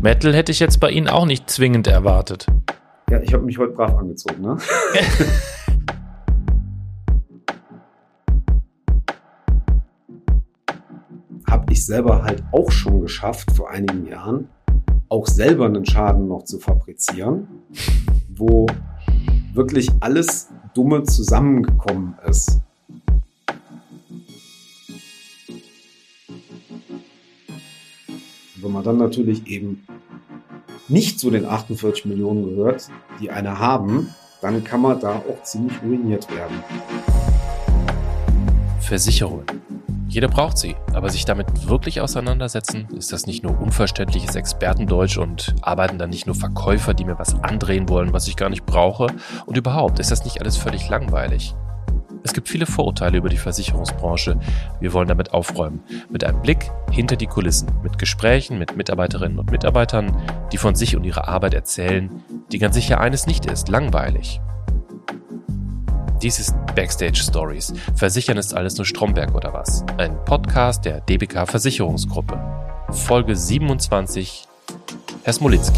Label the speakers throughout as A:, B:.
A: Metal hätte ich jetzt bei Ihnen auch nicht zwingend erwartet.
B: Ja, ich habe mich heute brav angezogen, ne? Habe ich selber halt auch schon geschafft, vor einigen Jahren, auch selber einen Schaden noch zu fabrizieren, wo wirklich alles Dumme zusammengekommen ist. Wenn man dann natürlich eben nicht zu den 48 Millionen gehört, die eine haben, dann kann man da auch ziemlich ruiniert werden.
A: Versicherungen. Jeder braucht sie, aber sich damit wirklich auseinandersetzen, ist das nicht nur unverständliches Expertendeutsch und arbeiten dann nicht nur Verkäufer, die mir was andrehen wollen, was ich gar nicht brauche? Und überhaupt, ist das nicht alles völlig langweilig? Es gibt viele Vorurteile über die Versicherungsbranche. Wir wollen damit aufräumen. Mit einem Blick hinter die Kulissen, mit Gesprächen mit Mitarbeiterinnen und Mitarbeitern, die von sich und ihrer Arbeit erzählen, die ganz sicher eines nicht ist: langweilig. Dies ist Backstage Stories. Versichern ist alles nur Stromberg oder was? Ein Podcast der DBK Versicherungsgruppe. Folge 27. Herr Smolinski.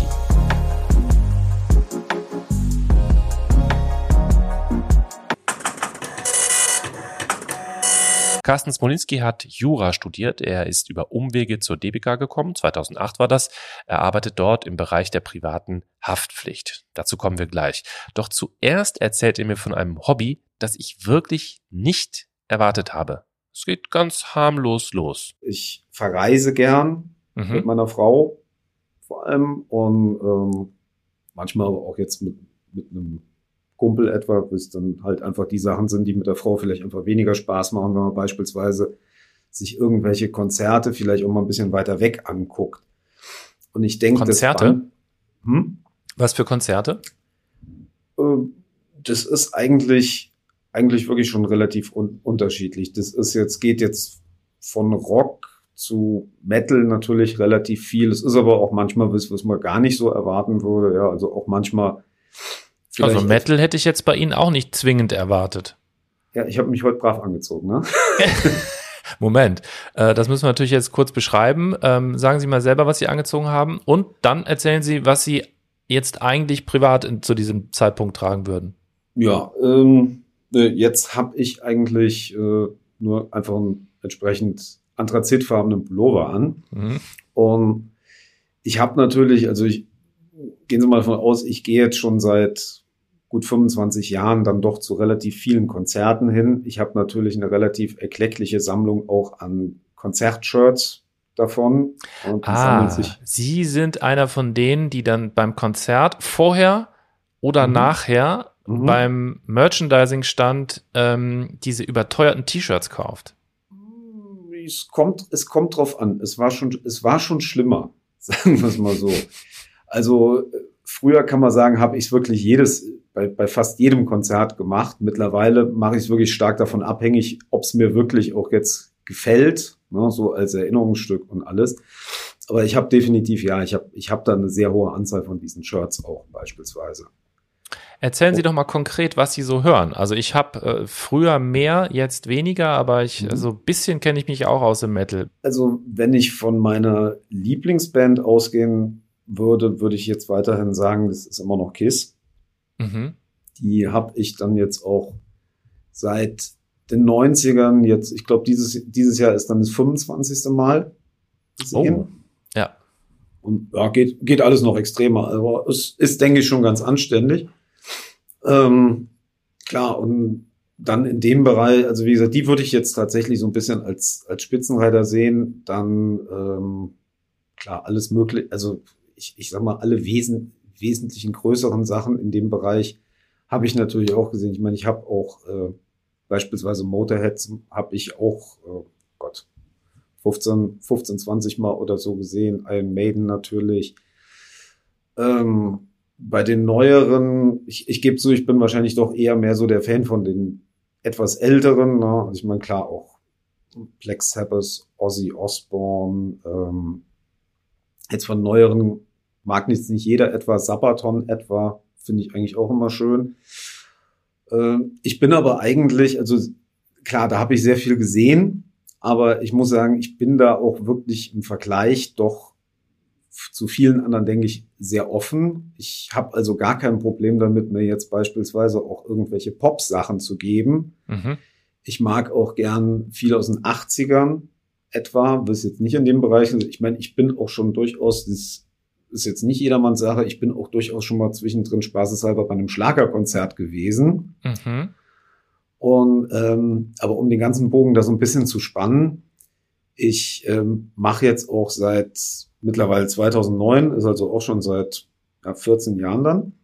A: Carsten Smolinski hat Jura studiert. Er ist über Umwege zur DBK gekommen. 2008 war das. Er arbeitet dort im Bereich der privaten Haftpflicht. Dazu kommen wir gleich. Doch zuerst erzählt er mir von einem Hobby, das ich wirklich nicht erwartet habe. Es geht ganz harmlos los.
B: Ich verreise gern mit meiner Frau vor allem und manchmal aber auch jetzt mit einem Kumpel etwa, bis dann halt einfach die Sachen sind, die mit der Frau vielleicht einfach weniger Spaß machen, wenn man beispielsweise sich irgendwelche Konzerte vielleicht auch mal ein bisschen weiter weg anguckt. Und ich denke,
A: Konzerte? Was für Konzerte?
B: Das ist eigentlich wirklich schon relativ unterschiedlich. Geht jetzt von Rock zu Metal natürlich relativ viel. Es ist aber auch manchmal was man gar nicht so erwarten würde. Ja, also auch manchmal.
A: Also Metal hätte ich jetzt bei Ihnen auch nicht zwingend erwartet.
B: Ja, ich habe mich heute brav angezogen, ne?
A: Moment, das müssen wir natürlich jetzt kurz beschreiben. Sagen Sie mal selber, was Sie angezogen haben und dann erzählen Sie, was Sie jetzt eigentlich privat zu diesem Zeitpunkt tragen würden.
B: Ja, jetzt habe ich eigentlich nur einfach einen entsprechend anthrazitfarbenen Pullover an. Und ich habe natürlich, gehen Sie mal davon aus, ich gehe jetzt schon seit gut 25 Jahren dann doch zu relativ vielen Konzerten hin. Ich habe natürlich eine relativ erkleckliche Sammlung auch an Konzertshirts davon. Und
A: Sie sind einer von denen, die dann beim Konzert vorher oder nachher beim Merchandising-Stand diese überteuerten T-Shirts kauft.
B: Es kommt drauf an. Es war schon schlimmer, sagen wir es mal so. Also früher kann man sagen, habe ich es wirklich bei fast jedem Konzert gemacht. Mittlerweile mache ich es wirklich stark davon abhängig, ob es mir wirklich auch jetzt gefällt, ne, so als Erinnerungsstück und alles. Aber ich habe definitiv, ich habe da eine sehr hohe Anzahl von diesen Shirts auch beispielsweise.
A: Erzählen Sie doch mal konkret, was Sie so hören. Also ich habe früher mehr, jetzt weniger, aber so ein bisschen kenne ich mich auch aus dem Metal.
B: Also wenn ich von meiner Lieblingsband ausgehen würde ich jetzt weiterhin sagen, das ist immer noch Kiss. Die habe ich dann jetzt auch seit den 90ern, jetzt, ich glaube, dieses Jahr ist dann das 25. Mal gesehen.
A: Oh, ja.
B: Und ja, geht alles noch extremer, aber es ist, denke ich, schon ganz anständig. Klar, und dann in dem Bereich, also wie gesagt, die würde ich jetzt tatsächlich so ein bisschen als Spitzenreiter sehen. Dann, klar, alles möglich, also ich sag mal, alle wesentlichen größeren Sachen in dem Bereich habe ich natürlich auch gesehen. Ich meine, ich habe auch beispielsweise Motorheads habe ich auch, 15, 20 Mal oder so gesehen. Iron Maiden natürlich. Bei den neueren, ich gebe zu, ich bin wahrscheinlich doch eher mehr so der Fan von den etwas älteren. Ne? Also ich meine, klar, auch Black Sabbath, Ozzy Osbourne, jetzt von neueren mag nicht jeder etwa, Sabaton etwa, finde ich eigentlich auch immer schön. Ich bin aber eigentlich, also klar, da habe ich sehr viel gesehen, aber ich muss sagen, ich bin da auch wirklich im Vergleich doch zu vielen anderen, denke ich, sehr offen. Ich habe also gar kein Problem damit, mir jetzt beispielsweise auch irgendwelche Pop-Sachen zu geben.
A: Mhm.
B: Ich mag auch gern viel aus den 80ern etwa, was jetzt nicht in dem Bereich ist. Ich meine, ich bin auch schon durchaus, das ist jetzt nicht jedermanns Sache, ich bin auch durchaus schon mal zwischendrin spaßeshalber bei einem Schlagerkonzert gewesen.
A: Mhm.
B: Und aber um den ganzen Bogen da so ein bisschen zu spannen, ich mache jetzt auch seit mittlerweile 2009, ist also auch schon seit 14 Jahren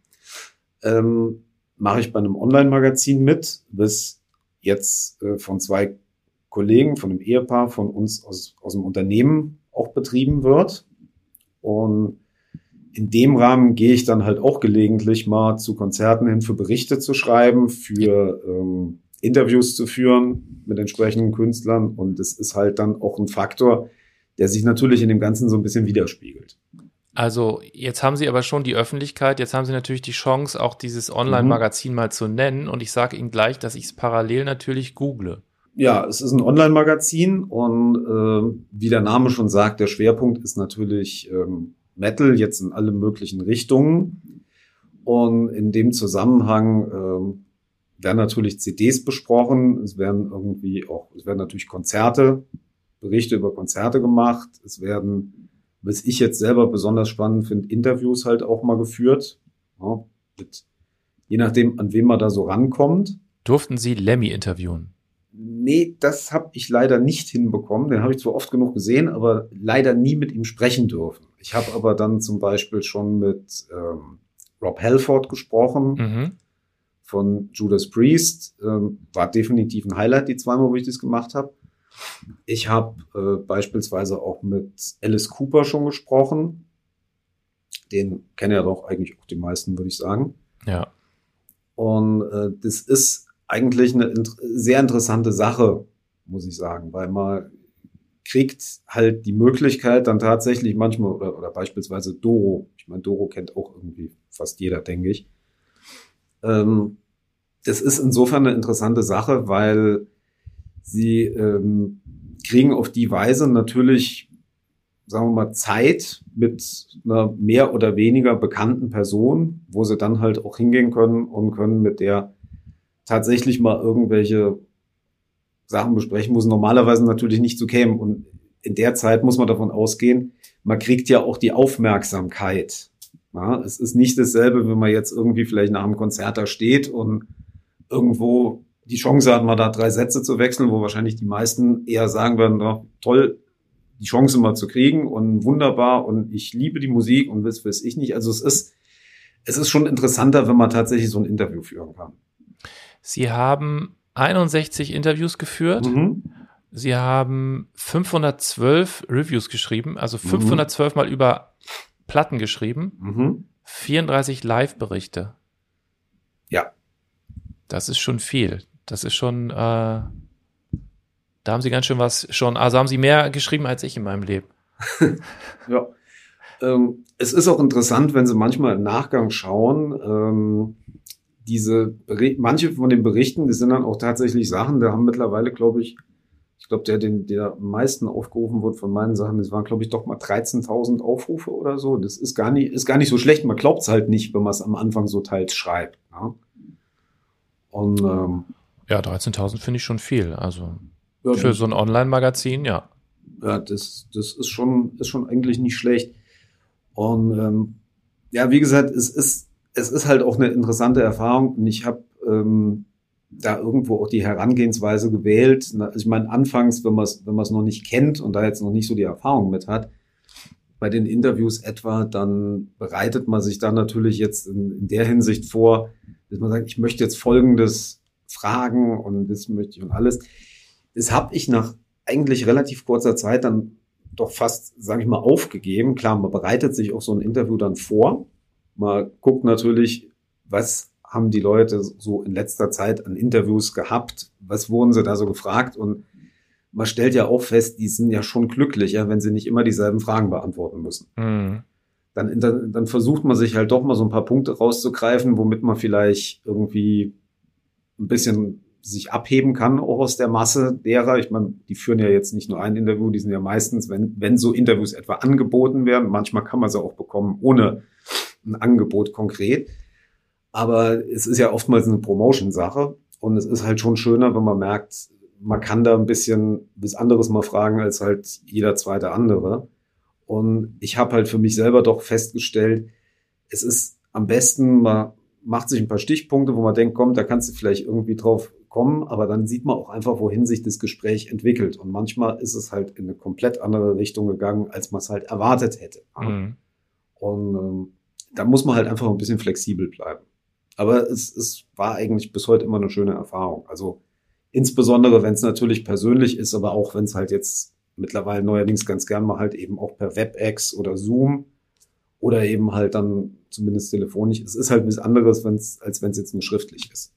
B: dann, mache ich bei einem Online-Magazin mit, das jetzt von zwei Kollegen, von einem Ehepaar von uns aus dem Unternehmen auch betrieben wird. Und in dem Rahmen gehe ich dann halt auch gelegentlich mal zu Konzerten hin, für Berichte zu schreiben, für Interviews zu führen mit entsprechenden Künstlern. Und es ist halt dann auch ein Faktor, der sich natürlich in dem Ganzen so ein bisschen widerspiegelt.
A: Also jetzt haben Sie aber schon die Öffentlichkeit, jetzt haben Sie natürlich die Chance, auch dieses Online-Magazin mal zu nennen. Und ich sage Ihnen gleich, dass ich es parallel natürlich google.
B: Ja, es ist ein Online-Magazin und wie der Name schon sagt, der Schwerpunkt ist natürlich Metal, jetzt in alle möglichen Richtungen. Und in dem Zusammenhang werden natürlich CDs besprochen, es werden natürlich Konzerte, Berichte über Konzerte gemacht, es werden, was ich jetzt selber besonders spannend finde, Interviews halt auch mal geführt, ja, je nachdem, an wen man da so rankommt.
A: Durften Sie Lemmy interviewen?
B: Nee, das habe ich leider nicht hinbekommen. Den habe ich zwar oft genug gesehen, aber leider nie mit ihm sprechen dürfen. Ich habe aber dann zum Beispiel schon mit Rob Halford gesprochen, von Judas Priest. War definitiv ein Highlight, die zweimal, wo ich das gemacht habe. Ich habe beispielsweise auch mit Alice Cooper schon gesprochen. Den kennen ja doch eigentlich auch die meisten, würde ich sagen.
A: Ja.
B: Und das ist eigentlich eine sehr interessante Sache, muss ich sagen, weil man kriegt halt die Möglichkeit dann tatsächlich manchmal, oder beispielsweise Doro, ich meine, Doro kennt auch irgendwie fast jeder, denke ich. Das ist insofern eine interessante Sache, weil sie kriegen auf die Weise natürlich, sagen wir mal, Zeit mit einer mehr oder weniger bekannten Person, wo sie dann halt auch hingehen können und können mit der tatsächlich mal irgendwelche Sachen besprechen, wo es normalerweise natürlich nicht so käme. Und in der Zeit muss man davon ausgehen, man kriegt ja auch die Aufmerksamkeit. Ja, es ist nicht dasselbe, wenn man jetzt irgendwie vielleicht nach einem Konzert da steht und irgendwo die Chance hat, mal da 3 Sätze zu wechseln, wo wahrscheinlich die meisten eher sagen werden, na, toll, die Chance mal zu kriegen und wunderbar und ich liebe die Musik und weiß ich nicht. Also es ist schon interessanter, wenn man tatsächlich so ein Interview führen kann.
A: Sie haben 61 Interviews geführt. Sie haben 512 Reviews geschrieben, also 512 Mal über Platten geschrieben. 34 Live-Berichte.
B: Ja.
A: Das ist schon viel. Das ist schon, da haben Sie ganz schön was schon, also haben Sie mehr geschrieben als ich in meinem Leben.
B: Ja. Es ist auch interessant, wenn Sie manchmal im Nachgang schauen, manche von den Berichten, das sind dann auch tatsächlich Sachen, da haben mittlerweile, glaube ich, der am meisten aufgerufen wird von meinen Sachen, das waren, glaube ich, doch mal 13.000 Aufrufe oder so. Das ist gar nicht so schlecht. Man glaubt es halt nicht, wenn man es am Anfang so teils schreibt. Ja? Und
A: ja, 13.000 finde ich schon viel. Also
B: ja,
A: für so ein Online-Magazin, ja.
B: Ja, das ist schon eigentlich nicht schlecht. Und ja, wie gesagt, es ist halt auch eine interessante Erfahrung. Und ich habe da irgendwo auch die Herangehensweise gewählt. Also ich meine, anfangs, wenn man es noch nicht kennt und da jetzt noch nicht so die Erfahrung mit hat, bei den Interviews etwa, dann bereitet man sich da natürlich jetzt in der Hinsicht vor, dass man sagt, ich möchte jetzt Folgendes fragen und das möchte ich und alles. Das habe ich nach eigentlich relativ kurzer Zeit dann doch fast, sage ich mal, aufgegeben. Klar, man bereitet sich auch so ein Interview dann vor. Man guckt natürlich, was haben die Leute so in letzter Zeit an Interviews gehabt? Was wurden sie da so gefragt? Und man stellt ja auch fest, die sind ja schon glücklicher, wenn sie nicht immer dieselben Fragen beantworten müssen. Dann versucht man sich halt doch mal so ein paar Punkte rauszugreifen, womit man vielleicht irgendwie ein bisschen sich abheben kann, auch aus der Masse derer. Ich meine, die führen ja jetzt nicht nur ein Interview, die sind ja meistens, wenn so Interviews etwa angeboten werden, manchmal kann man sie auch bekommen, ohne ein Angebot konkret. Aber es ist ja oftmals eine Promotion-Sache und es ist halt schon schöner, wenn man merkt, man kann da ein bisschen was anderes mal fragen als halt jeder zweite andere. Und ich habe halt für mich selber doch festgestellt, es ist am besten, man macht sich ein paar Stichpunkte, wo man denkt, komm, da kannst du vielleicht irgendwie drauf kommen, aber dann sieht man auch einfach, wohin sich das Gespräch entwickelt. Und manchmal ist es halt in eine komplett andere Richtung gegangen, als man es halt erwartet hätte. Mhm. Und da muss man halt einfach ein bisschen flexibel bleiben. Aber es war eigentlich bis heute immer eine schöne Erfahrung. Also insbesondere, wenn es natürlich persönlich ist, aber auch wenn es halt jetzt mittlerweile neuerdings ganz gern mal halt eben auch per WebEx oder Zoom oder eben halt dann zumindest telefonisch. Es ist halt was anderes, als wenn es jetzt nur schriftlich ist.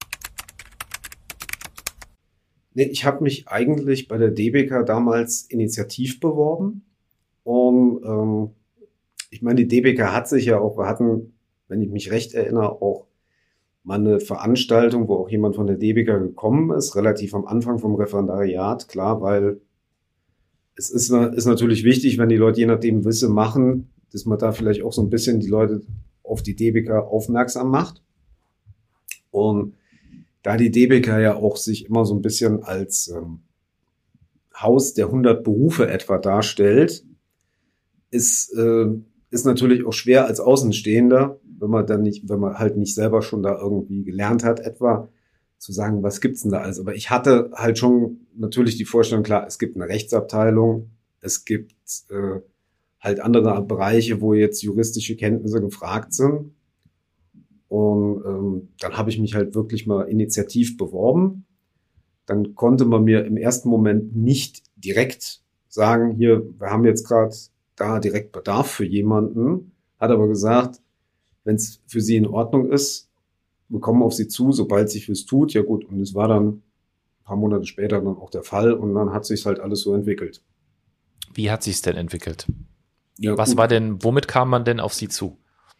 B: Nee, ich habe mich eigentlich bei der DBK damals initiativ beworben. Und ich meine, die DBK hat sich ja auch, wir hatten, wenn ich mich recht erinnere, auch mal eine Veranstaltung, wo auch jemand von der DBK gekommen ist, relativ am Anfang vom Referendariat, klar, weil es ist natürlich wichtig, wenn die Leute je nachdem Wisse machen, dass man da vielleicht auch so ein bisschen die Leute auf die DBK aufmerksam macht. Und da die DBK ja auch sich immer so ein bisschen als Haus der 100 Berufe etwa darstellt, ist natürlich auch schwer als Außenstehender, wenn man halt nicht selber schon da irgendwie gelernt hat, etwa zu sagen, was gibt's denn da alles? Aber ich hatte halt schon natürlich die Vorstellung, klar, es gibt eine Rechtsabteilung, es gibt halt andere Bereiche, wo jetzt juristische Kenntnisse gefragt sind. Und dann habe ich mich halt wirklich mal initiativ beworben. Dann konnte man mir im ersten Moment nicht direkt sagen, hier, wir haben jetzt gerade da direkt Bedarf für jemanden, hat aber gesagt, wenn es für Sie in Ordnung ist, wir kommen auf Sie zu, sobald sich was tut. Ja gut, und es war dann ein paar Monate später dann auch der Fall und dann hat sich halt alles so entwickelt.
A: Wie hat sich's denn entwickelt?
B: Ja,
A: was gut. War denn, womit kam man denn auf Sie zu?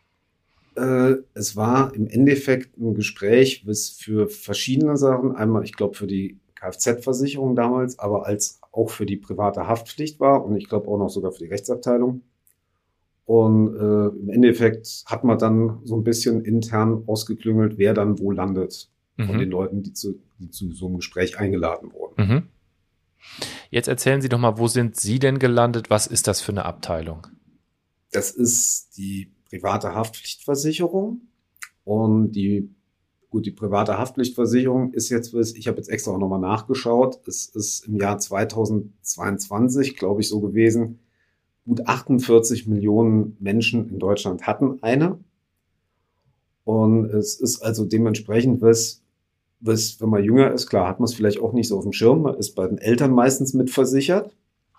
B: Es war im Endeffekt ein Gespräch, was für verschiedene Sachen, einmal, ich glaube, für die Kfz-Versicherung damals, aber als auch für die private Haftpflicht war und ich glaube auch noch sogar für die Rechtsabteilung. Und im Endeffekt hat man dann so ein bisschen intern ausgeklüngelt, wer dann wo landet von den Leuten, die zu so einem Gespräch eingeladen wurden.
A: Mhm. Jetzt erzählen Sie doch mal, wo sind Sie denn gelandet? Was ist das für eine Abteilung?
B: Das ist die private Haftpflichtversicherung und die private Haftpflichtversicherung ist jetzt, ich habe jetzt extra auch nochmal nachgeschaut, es ist im Jahr 2022, glaube ich, so gewesen, gut 48 Millionen Menschen in Deutschland hatten eine. Und es ist also dementsprechend, wenn man jünger ist, klar, hat man es vielleicht auch nicht so auf dem Schirm, man ist bei den Eltern meistens mitversichert.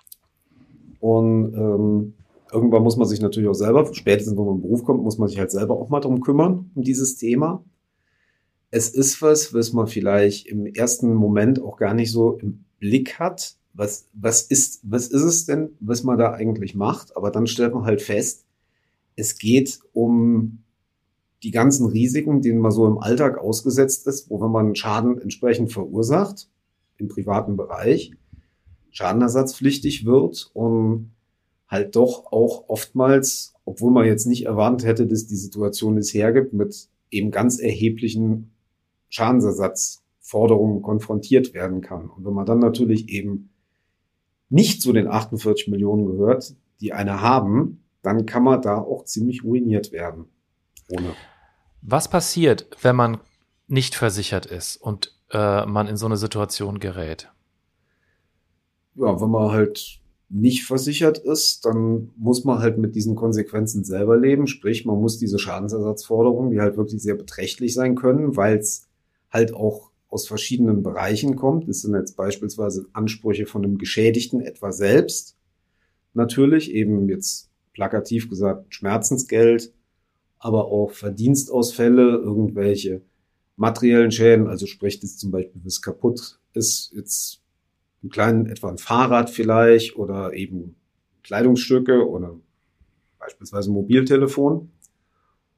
B: Und irgendwann muss man sich natürlich auch selber, spätestens wenn man in den Beruf kommt, muss man sich halt selber auch mal drum kümmern, um dieses Thema. Es ist was man vielleicht im ersten Moment auch gar nicht so im Blick hat. Was ist es denn, was man da eigentlich macht? Aber dann stellt man halt fest, es geht um die ganzen Risiken, denen man so im Alltag ausgesetzt ist, wo wenn man Schaden entsprechend verursacht, im privaten Bereich, schadenersatzpflichtig wird und halt doch auch oftmals, obwohl man jetzt nicht erwartet hätte, dass die Situation es hergibt, mit eben ganz erheblichen Schadensersatzforderungen konfrontiert werden kann. Und wenn man dann natürlich eben nicht zu den 48 Millionen gehört, die eine haben, dann kann man da auch ziemlich ruiniert werden.
A: Was passiert, wenn man nicht versichert ist und man in so eine Situation gerät?
B: Ja, wenn man halt nicht versichert ist, dann muss man halt mit diesen Konsequenzen selber leben. Sprich, man muss diese Schadensersatzforderungen, die halt wirklich sehr beträchtlich sein können, weil es halt auch aus verschiedenen Bereichen kommt. Das sind jetzt beispielsweise Ansprüche von einem Geschädigten etwa selbst. Natürlich eben jetzt plakativ gesagt Schmerzensgeld, aber auch Verdienstausfälle, irgendwelche materiellen Schäden, also sprich das zum Beispiel, was kaputt ist, jetzt etwa ein Fahrrad vielleicht oder eben Kleidungsstücke oder beispielsweise ein Mobiltelefon.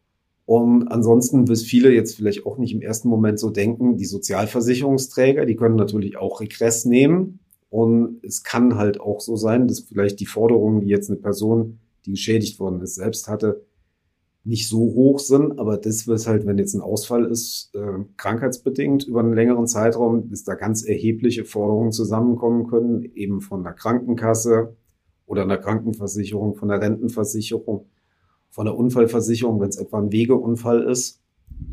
B: Und ansonsten, bis viele jetzt vielleicht auch nicht im ersten Moment so denken, die Sozialversicherungsträger, die können natürlich auch Regress nehmen. Und es kann halt auch so sein, dass vielleicht die Forderungen, die jetzt eine Person, die geschädigt worden ist, selbst hatte, nicht so hoch sind. Aber das wird halt, wenn jetzt ein Ausfall ist, krankheitsbedingt über einen längeren Zeitraum, dass da ganz erhebliche Forderungen zusammenkommen können, eben von der Krankenkasse oder einer Krankenversicherung, von der Rentenversicherung, von der Unfallversicherung, wenn es etwa ein Wegeunfall ist.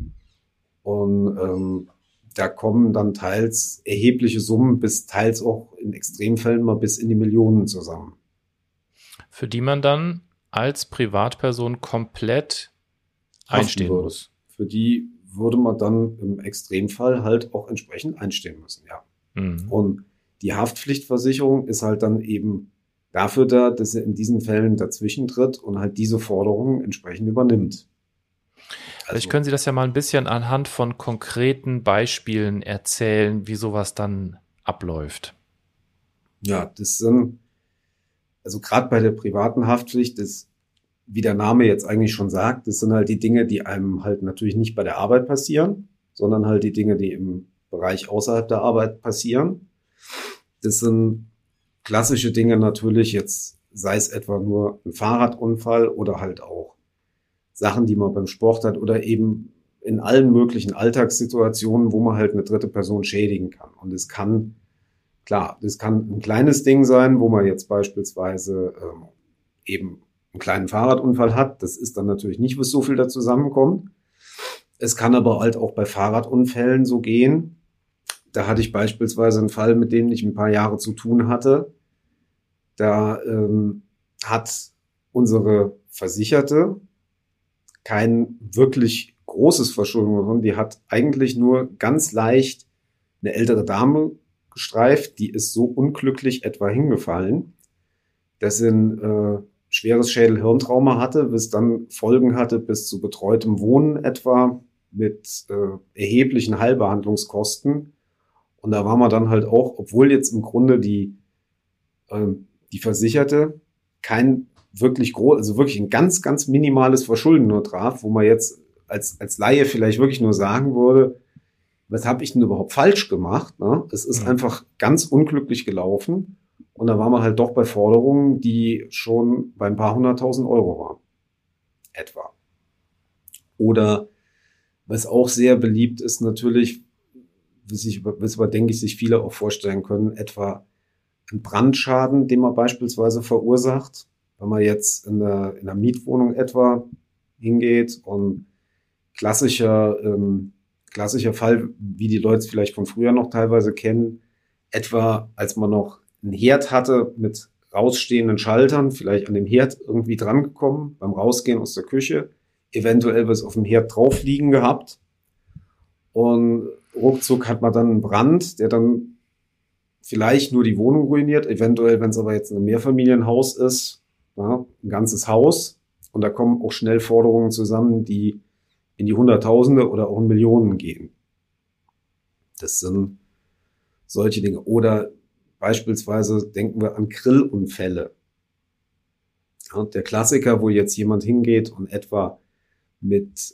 B: Und da kommen dann teils erhebliche Summen, bis teils auch in Extremfällen mal bis in die Millionen zusammen.
A: Für die man dann als Privatperson komplett einstehen muss.
B: Für die würde man dann im Extremfall halt auch entsprechend einstehen müssen, ja. Mhm. Und die Haftpflichtversicherung ist halt dann eben dafür da, dass er in diesen Fällen dazwischen tritt und halt diese Forderungen entsprechend übernimmt.
A: Vielleicht können Sie das ja mal ein bisschen anhand von konkreten Beispielen erzählen, wie sowas dann abläuft.
B: Ja, das sind, also gerade bei der privaten Haftpflicht, das, wie der Name jetzt eigentlich schon sagt, das sind halt die Dinge, die einem halt natürlich nicht bei der Arbeit passieren, sondern halt die Dinge, die im Bereich außerhalb der Arbeit passieren. Das sind klassische Dinge natürlich, jetzt sei es etwa nur ein Fahrradunfall oder halt auch Sachen, die man beim Sport hat oder eben in allen möglichen Alltagssituationen, wo man halt eine dritte Person schädigen kann. Und es kann, klar, das kann ein kleines Ding sein, wo man jetzt beispielsweise eben einen kleinen Fahrradunfall hat. Das ist dann natürlich nicht, was so viel da zusammenkommt. Es kann aber halt auch bei Fahrradunfällen so gehen. Da hatte ich beispielsweise einen Fall, mit dem ich ein paar Jahre zu tun hatte. Da hat unsere Versicherte kein wirklich großes Verschuldung. Die hat eigentlich nur ganz leicht eine ältere Dame gestreift, die ist so unglücklich etwa hingefallen, dass sie ein schweres Schädel-Hirntrauma hatte, was dann Folgen hatte bis zu betreutem Wohnen etwa mit erheblichen Heilbehandlungskosten. Und da war man dann halt auch, obwohl jetzt im Grunde die Versicherte kein wirklich groß, also wirklich ein ganz, ganz minimales Verschulden nur traf, wo man jetzt als Laie vielleicht wirklich nur sagen würde, was habe ich denn überhaupt falsch gemacht? Ne? Es ist einfach ganz unglücklich gelaufen und da waren wir halt doch bei Forderungen, die schon bei ein paar 100.000 Euro waren. Etwa. Oder was auch sehr beliebt ist natürlich, was aber denke ich sich viele auch vorstellen können, etwa ein Brandschaden, den man beispielsweise verursacht, wenn man jetzt in einer Mietwohnung etwa hingeht und klassischer Fall, wie die Leute es vielleicht von früher noch teilweise kennen, etwa als man noch einen Herd hatte mit rausstehenden Schaltern, vielleicht an dem Herd irgendwie drangekommen, beim Rausgehen aus der Küche, eventuell was auf dem Herd drauf liegen gehabt und ruckzuck hat man dann einen Brand, der dann vielleicht nur die Wohnung ruiniert, eventuell, wenn es aber jetzt ein Mehrfamilienhaus ist, ja, ein ganzes Haus. Und da kommen auch schnell Forderungen zusammen, die in die Hunderttausende oder auch in Millionen gehen. Das sind solche Dinge. Oder beispielsweise denken wir an Grillunfälle. Ja, der Klassiker, wo jetzt jemand hingeht und etwa mit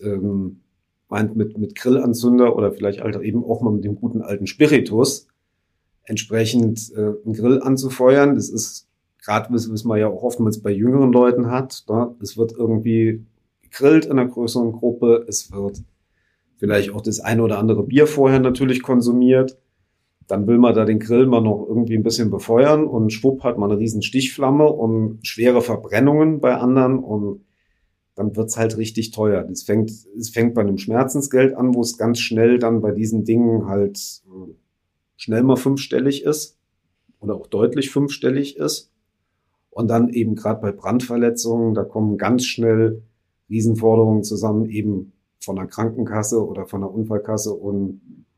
B: Grillanzünder oder vielleicht halt eben auch mal mit dem guten alten Spiritus entsprechend einen Grill anzufeuern. Das ist gerade, was man ja auch oftmals bei jüngeren Leuten hat. Ne? Es wird irgendwie gegrillt in einer größeren Gruppe. Es wird vielleicht auch das eine oder andere Bier vorher natürlich konsumiert. Dann will man da den Grill mal noch irgendwie ein bisschen befeuern und schwupp hat man eine riesen Stichflamme und schwere Verbrennungen bei anderen und dann wird's halt richtig teuer. Es fängt bei einem Schmerzensgeld an, wo es ganz schnell dann bei diesen Dingen halt schnell mal fünfstellig ist oder auch deutlich fünfstellig ist. Und dann eben gerade bei Brandverletzungen, da kommen ganz schnell Riesenforderungen zusammen, eben von der Krankenkasse oder von der Unfallkasse. Und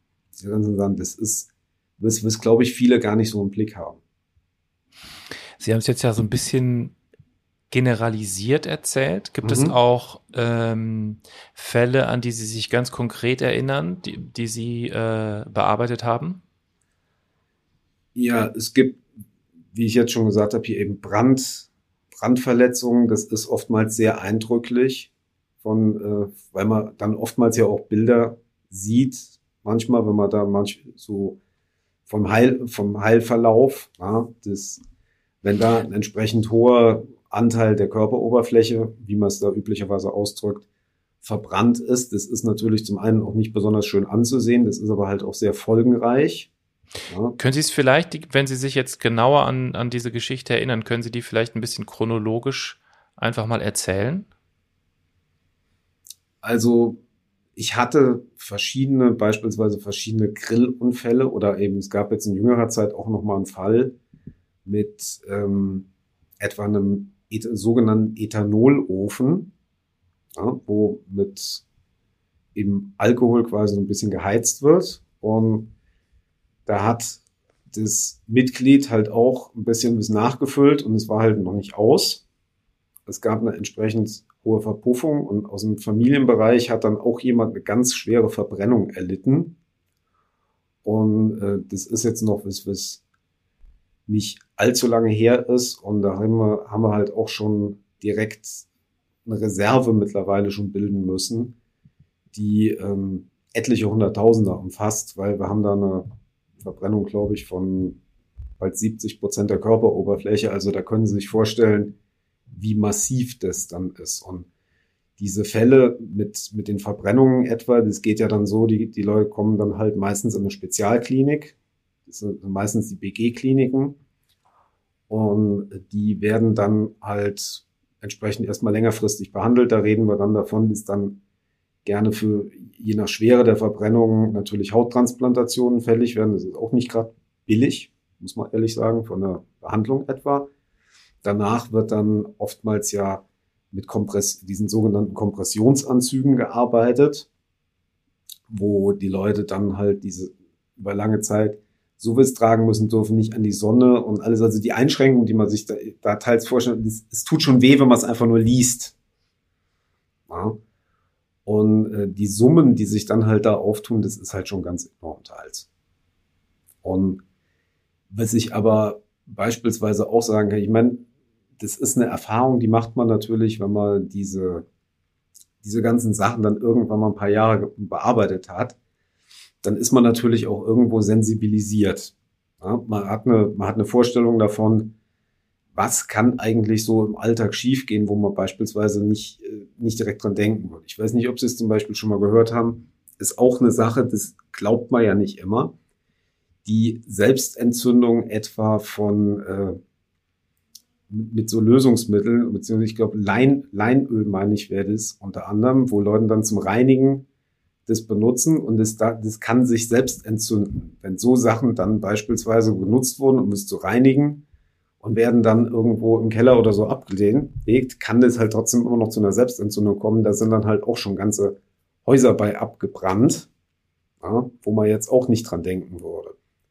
B: das ist, was glaube ich, viele gar nicht so im Blick haben.
A: Sie haben es jetzt ja so ein bisschen generalisiert erzählt. Gibt es auch Fälle, an die Sie sich ganz konkret erinnern, die Sie bearbeitet haben?
B: Ja, es gibt, wie ich jetzt schon gesagt habe, hier eben Brandverletzungen. Das ist oftmals sehr eindrücklich, weil man dann oftmals ja auch Bilder sieht, manchmal, wenn man da so vom Heilverlauf, ja, wenn da ein entsprechend hoher Anteil der Körperoberfläche, wie man es da üblicherweise ausdrückt, verbrannt ist. Das ist natürlich zum einen auch nicht besonders schön anzusehen, das ist aber halt auch sehr folgenreich.
C: Ja. Können Sie es vielleicht, wenn Sie sich jetzt genauer an diese Geschichte erinnern, können Sie die vielleicht ein bisschen chronologisch einfach mal erzählen?
B: Also ich hatte beispielsweise verschiedene Grillunfälle oder eben es gab jetzt in jüngerer Zeit auch nochmal einen Fall mit etwa einem sogenannten Ethanolofen, ja, wo mit eben Alkohol quasi ein bisschen geheizt wird. Und da hat das Mitglied halt auch ein bisschen was nachgefüllt und es war halt noch nicht aus. Es gab eine entsprechend hohe Verpuffung und aus dem Familienbereich hat dann auch jemand eine ganz schwere Verbrennung erlitten. Und das ist jetzt noch was nicht allzu lange her ist. Und da haben wir halt auch schon direkt eine Reserve mittlerweile schon bilden müssen, die etliche Hunderttausender umfasst, weil wir haben da eine Verbrennung, glaube ich, von bald 70% der Körperoberfläche. Also da können Sie sich vorstellen, wie massiv das dann ist. Und diese Fälle mit den Verbrennungen etwa, das geht ja dann so, die Leute kommen dann halt meistens in eine Spezialklinik. Das sind meistens die BG-Kliniken. Und die werden dann halt entsprechend erstmal längerfristig behandelt. Da reden wir dann davon, dass dann gerne je nach Schwere der Verbrennung natürlich Hauttransplantationen fällig werden. Das ist auch nicht gerade billig, muss man ehrlich sagen, von der Behandlung etwa. Danach wird dann oftmals ja mit diesen sogenannten Kompressionsanzügen gearbeitet, wo die Leute dann halt diese über lange Zeit Sowis tragen müssen, dürfen nicht an die Sonne und alles. Also die Einschränkungen, die man sich da teils vorstellt, es tut schon weh, wenn man es einfach nur liest. Ja. Und die Summen, die sich dann halt da auftun, das ist halt schon ganz enorm teils. Und was ich aber beispielsweise auch sagen kann, ich meine, das ist eine Erfahrung, die macht man natürlich, wenn man diese ganzen Sachen dann irgendwann mal ein paar Jahre bearbeitet hat, dann ist man natürlich auch irgendwo sensibilisiert. Ja, man hat eine Vorstellung davon, was kann eigentlich so im Alltag schiefgehen, wo man beispielsweise nicht direkt dran denken würde. Ich weiß nicht, ob Sie es zum Beispiel schon mal gehört haben, ist auch eine Sache, das glaubt man ja nicht immer. Die Selbstentzündung etwa mit so Lösungsmitteln, beziehungsweise ich glaube Leinöl meine ich wäre das unter anderem, wo Leute dann zum Reinigen das benutzen und das kann sich selbst entzünden. Wenn so Sachen dann beispielsweise genutzt wurden, um es zu reinigen und werden dann irgendwo im Keller oder so abgelegt, kann das halt trotzdem immer noch zu einer Selbstentzündung kommen. Da sind dann halt auch schon ganze Häuser bei abgebrannt, ja, wo man jetzt auch nicht dran denken würde.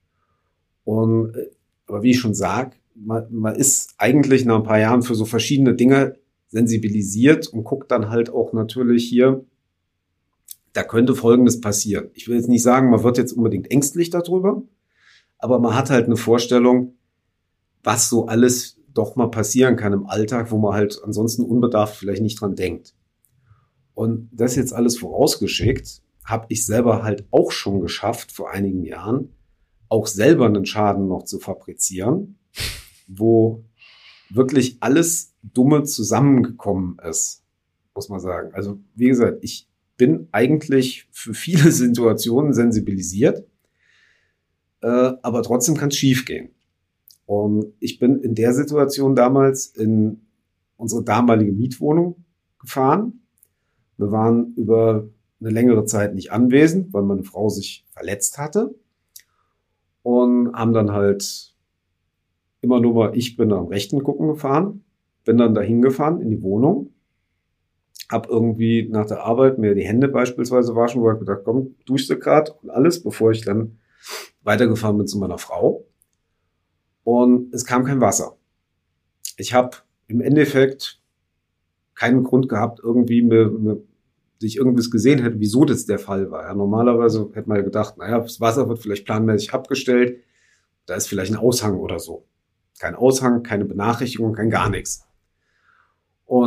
B: Aber wie ich schon sage, man ist eigentlich nach ein paar Jahren für so verschiedene Dinge sensibilisiert und guckt dann halt auch natürlich hier, da könnte Folgendes passieren. Ich will jetzt nicht sagen, man wird jetzt unbedingt ängstlich darüber, aber man hat halt eine Vorstellung, was so alles doch mal passieren kann im Alltag, wo man halt ansonsten unbedarft vielleicht nicht dran denkt. Und das jetzt alles vorausgeschickt, habe ich selber halt auch schon geschafft, vor einigen Jahren, auch selber einen Schaden noch zu fabrizieren, wo wirklich alles Dumme zusammengekommen ist, muss man sagen. Also wie gesagt, ich bin eigentlich für viele Situationen sensibilisiert, aber trotzdem kann es schief gehen. Und ich bin in der Situation damals in unsere damalige Mietwohnung gefahren. Wir waren über eine längere Zeit nicht anwesend, weil meine Frau sich verletzt hatte und haben dann halt immer nur mal, ich bin am rechten Gucken gefahren, bin dann dahin gefahren in die Wohnung, hab irgendwie nach der Arbeit mir die Hände beispielsweise waschen, wo ich gedacht, komm, duschst du grad und alles, bevor ich dann weitergefahren bin zu meiner Frau. Und es kam kein Wasser. Ich habe im Endeffekt keinen Grund gehabt, irgendwie sich irgendwas gesehen hätte, wieso das der Fall war. Ja, normalerweise hätte man ja gedacht, naja, das Wasser wird vielleicht planmäßig abgestellt, da ist vielleicht ein Aushang oder so. Kein Aushang, keine Benachrichtigung, kein gar nichts. Und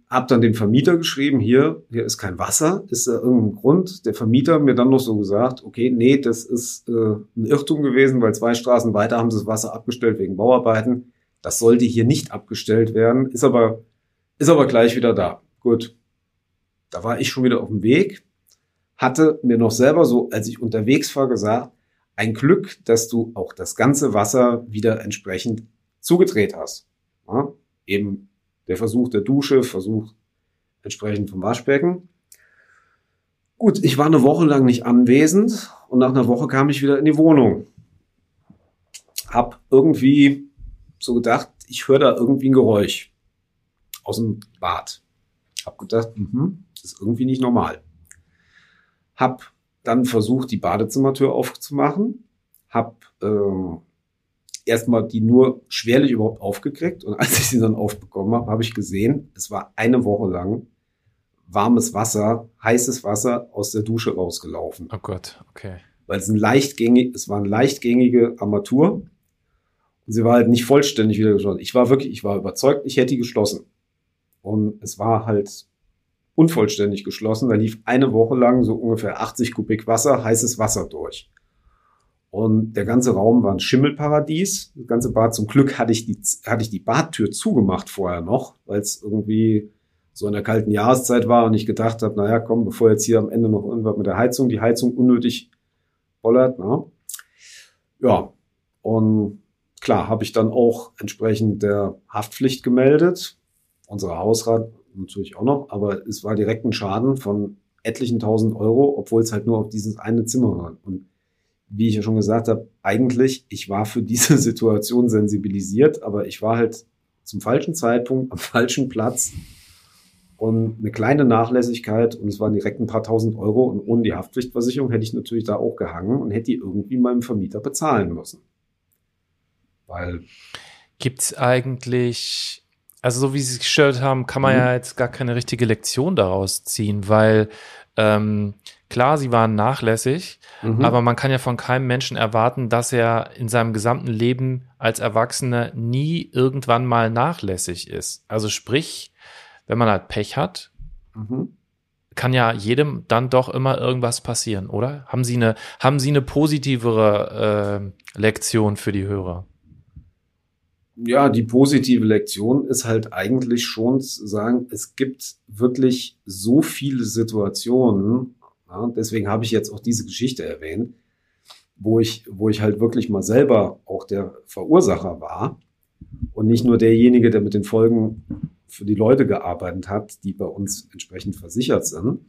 B: Hab dann dem Vermieter geschrieben, hier ist kein Wasser, ist da irgendein Grund? Der Vermieter hat mir dann noch so gesagt, okay, nee, das ist ein Irrtum gewesen, weil 2 Straßen weiter haben sie das Wasser abgestellt wegen Bauarbeiten. Das sollte hier nicht abgestellt werden, ist aber gleich wieder da. Gut, da war ich schon wieder auf dem Weg, hatte mir noch selber so, als ich unterwegs war, gesagt, ein Glück, dass du auch das ganze Wasser wieder entsprechend zugedreht hast. Ja, eben der Versuch der Dusche, Versuch entsprechend vom Waschbecken. Gut, ich war eine Woche lang nicht anwesend und nach einer Woche kam ich wieder in die Wohnung. Hab irgendwie so gedacht, ich höre da irgendwie ein Geräusch aus dem Bad. Hab gedacht, das ist irgendwie nicht normal. Hab dann versucht, die Badezimmertür aufzumachen. Hab erstmal die nur schwerlich überhaupt aufgekriegt. Und als ich sie dann aufbekommen habe, habe ich gesehen, es war eine Woche lang warmes Wasser, heißes Wasser aus der Dusche rausgelaufen.
C: Oh Gott, okay.
B: Weil es war eine leichtgängige Armatur. Und sie war halt nicht vollständig wieder geschlossen. Ich war überzeugt, ich hätte die geschlossen. Und es war halt unvollständig geschlossen. Da lief eine Woche lang so ungefähr 80 Kubik Wasser, heißes Wasser durch. Und der ganze Raum war ein Schimmelparadies. Das ganze Bad, zum Glück hatte ich die Badtür zugemacht vorher noch, weil es irgendwie so in der kalten Jahreszeit war und ich gedacht habe, naja, komm, bevor jetzt hier am Ende noch irgendwas mit der Heizung, die Heizung unnötig bollert. Na? Ja, und klar, habe ich dann auch entsprechend der Haftpflicht gemeldet. Unser Hausrat natürlich auch noch, aber es war direkt ein Schaden von etlichen 1.000 Euro, obwohl es halt nur auf dieses eine Zimmer war. Und wie ich ja schon gesagt habe, eigentlich, ich war für diese Situation sensibilisiert, aber ich war halt zum falschen Zeitpunkt am falschen Platz und eine kleine Nachlässigkeit und es waren direkt ein paar 1.000 Euro und ohne die Haftpflichtversicherung hätte ich natürlich da auch gehangen und hätte die irgendwie meinem Vermieter bezahlen müssen. Weil
C: gibt's eigentlich, also so wie Sie es gestellt haben, kann man ja jetzt gar keine richtige Lektion daraus ziehen, weil klar, sie waren nachlässig, aber man kann ja von keinem Menschen erwarten, dass er in seinem gesamten Leben als Erwachsener nie irgendwann mal nachlässig ist. Also sprich, wenn man halt Pech hat, kann ja jedem dann doch immer irgendwas passieren, oder? Haben Sie eine positivere Lektion für die Hörer?
B: Ja, die positive Lektion ist halt eigentlich schon zu sagen, es gibt wirklich so viele Situationen, ja, deswegen habe ich jetzt auch diese Geschichte erwähnt, wo ich halt wirklich mal selber auch der Verursacher war und nicht nur derjenige, der mit den Folgen für die Leute gearbeitet hat, die bei uns entsprechend versichert sind.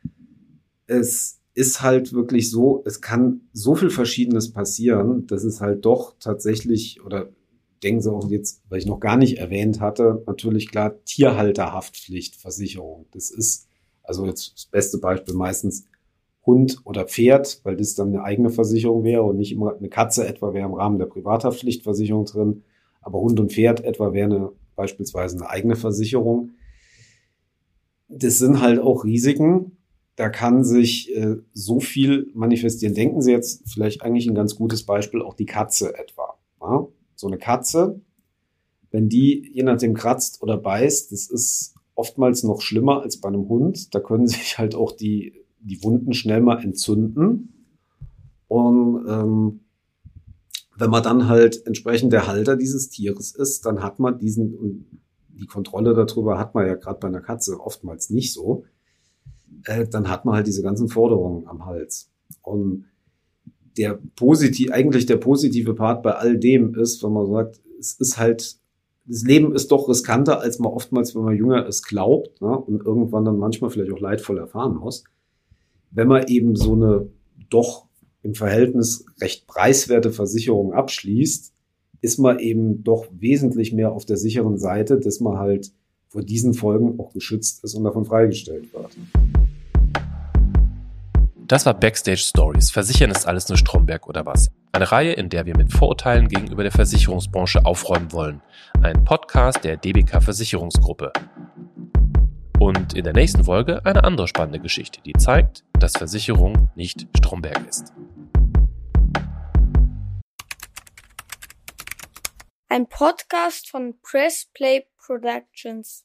B: Es ist halt wirklich so, es kann so viel Verschiedenes passieren, dass es halt doch tatsächlich, oder denken Sie auch jetzt, weil ich noch gar nicht erwähnt hatte, natürlich klar Tierhalterhaftpflichtversicherung. Das ist also jetzt das beste Beispiel meistens Hund oder Pferd, weil das dann eine eigene Versicherung wäre und nicht immer eine Katze etwa wäre im Rahmen der Privathaftpflichtversicherung drin, aber Hund und Pferd etwa wäre beispielsweise eine eigene Versicherung. Das sind halt auch Risiken. Da kann sich so viel manifestieren. Denken Sie jetzt vielleicht eigentlich ein ganz gutes Beispiel, auch die Katze etwa. Ja? So eine Katze, wenn die je nachdem kratzt oder beißt, das ist oftmals noch schlimmer als bei einem Hund. Da können sich halt auch die Wunden schnell mal entzünden. Und wenn man dann halt entsprechend der Halter dieses Tieres ist, dann hat man die Kontrolle darüber hat man ja gerade bei einer Katze oftmals nicht so. Dann hat man halt diese ganzen Forderungen am Hals. Und eigentlich der positive Part bei all dem ist, wenn man sagt, es ist halt, das Leben ist doch riskanter, als man oftmals, wenn man jünger ist, glaubt, ne, und irgendwann dann manchmal vielleicht auch leidvoll erfahren muss. Wenn man eben so eine doch im Verhältnis recht preiswerte Versicherung abschließt, ist man eben doch wesentlich mehr auf der sicheren Seite, dass man halt vor diesen Folgen auch geschützt ist und davon freigestellt wird.
A: Das war Backstage Stories. Versichern ist alles nur Stromberg oder was? Eine Reihe, in der wir mit Vorurteilen gegenüber der Versicherungsbranche aufräumen wollen. Ein Podcast der DBK Versicherungsgruppe. Und in der nächsten Folge eine andere spannende Geschichte, die zeigt, dass Versicherung nicht Stromberg ist.
D: Ein Podcast von Press Play Productions.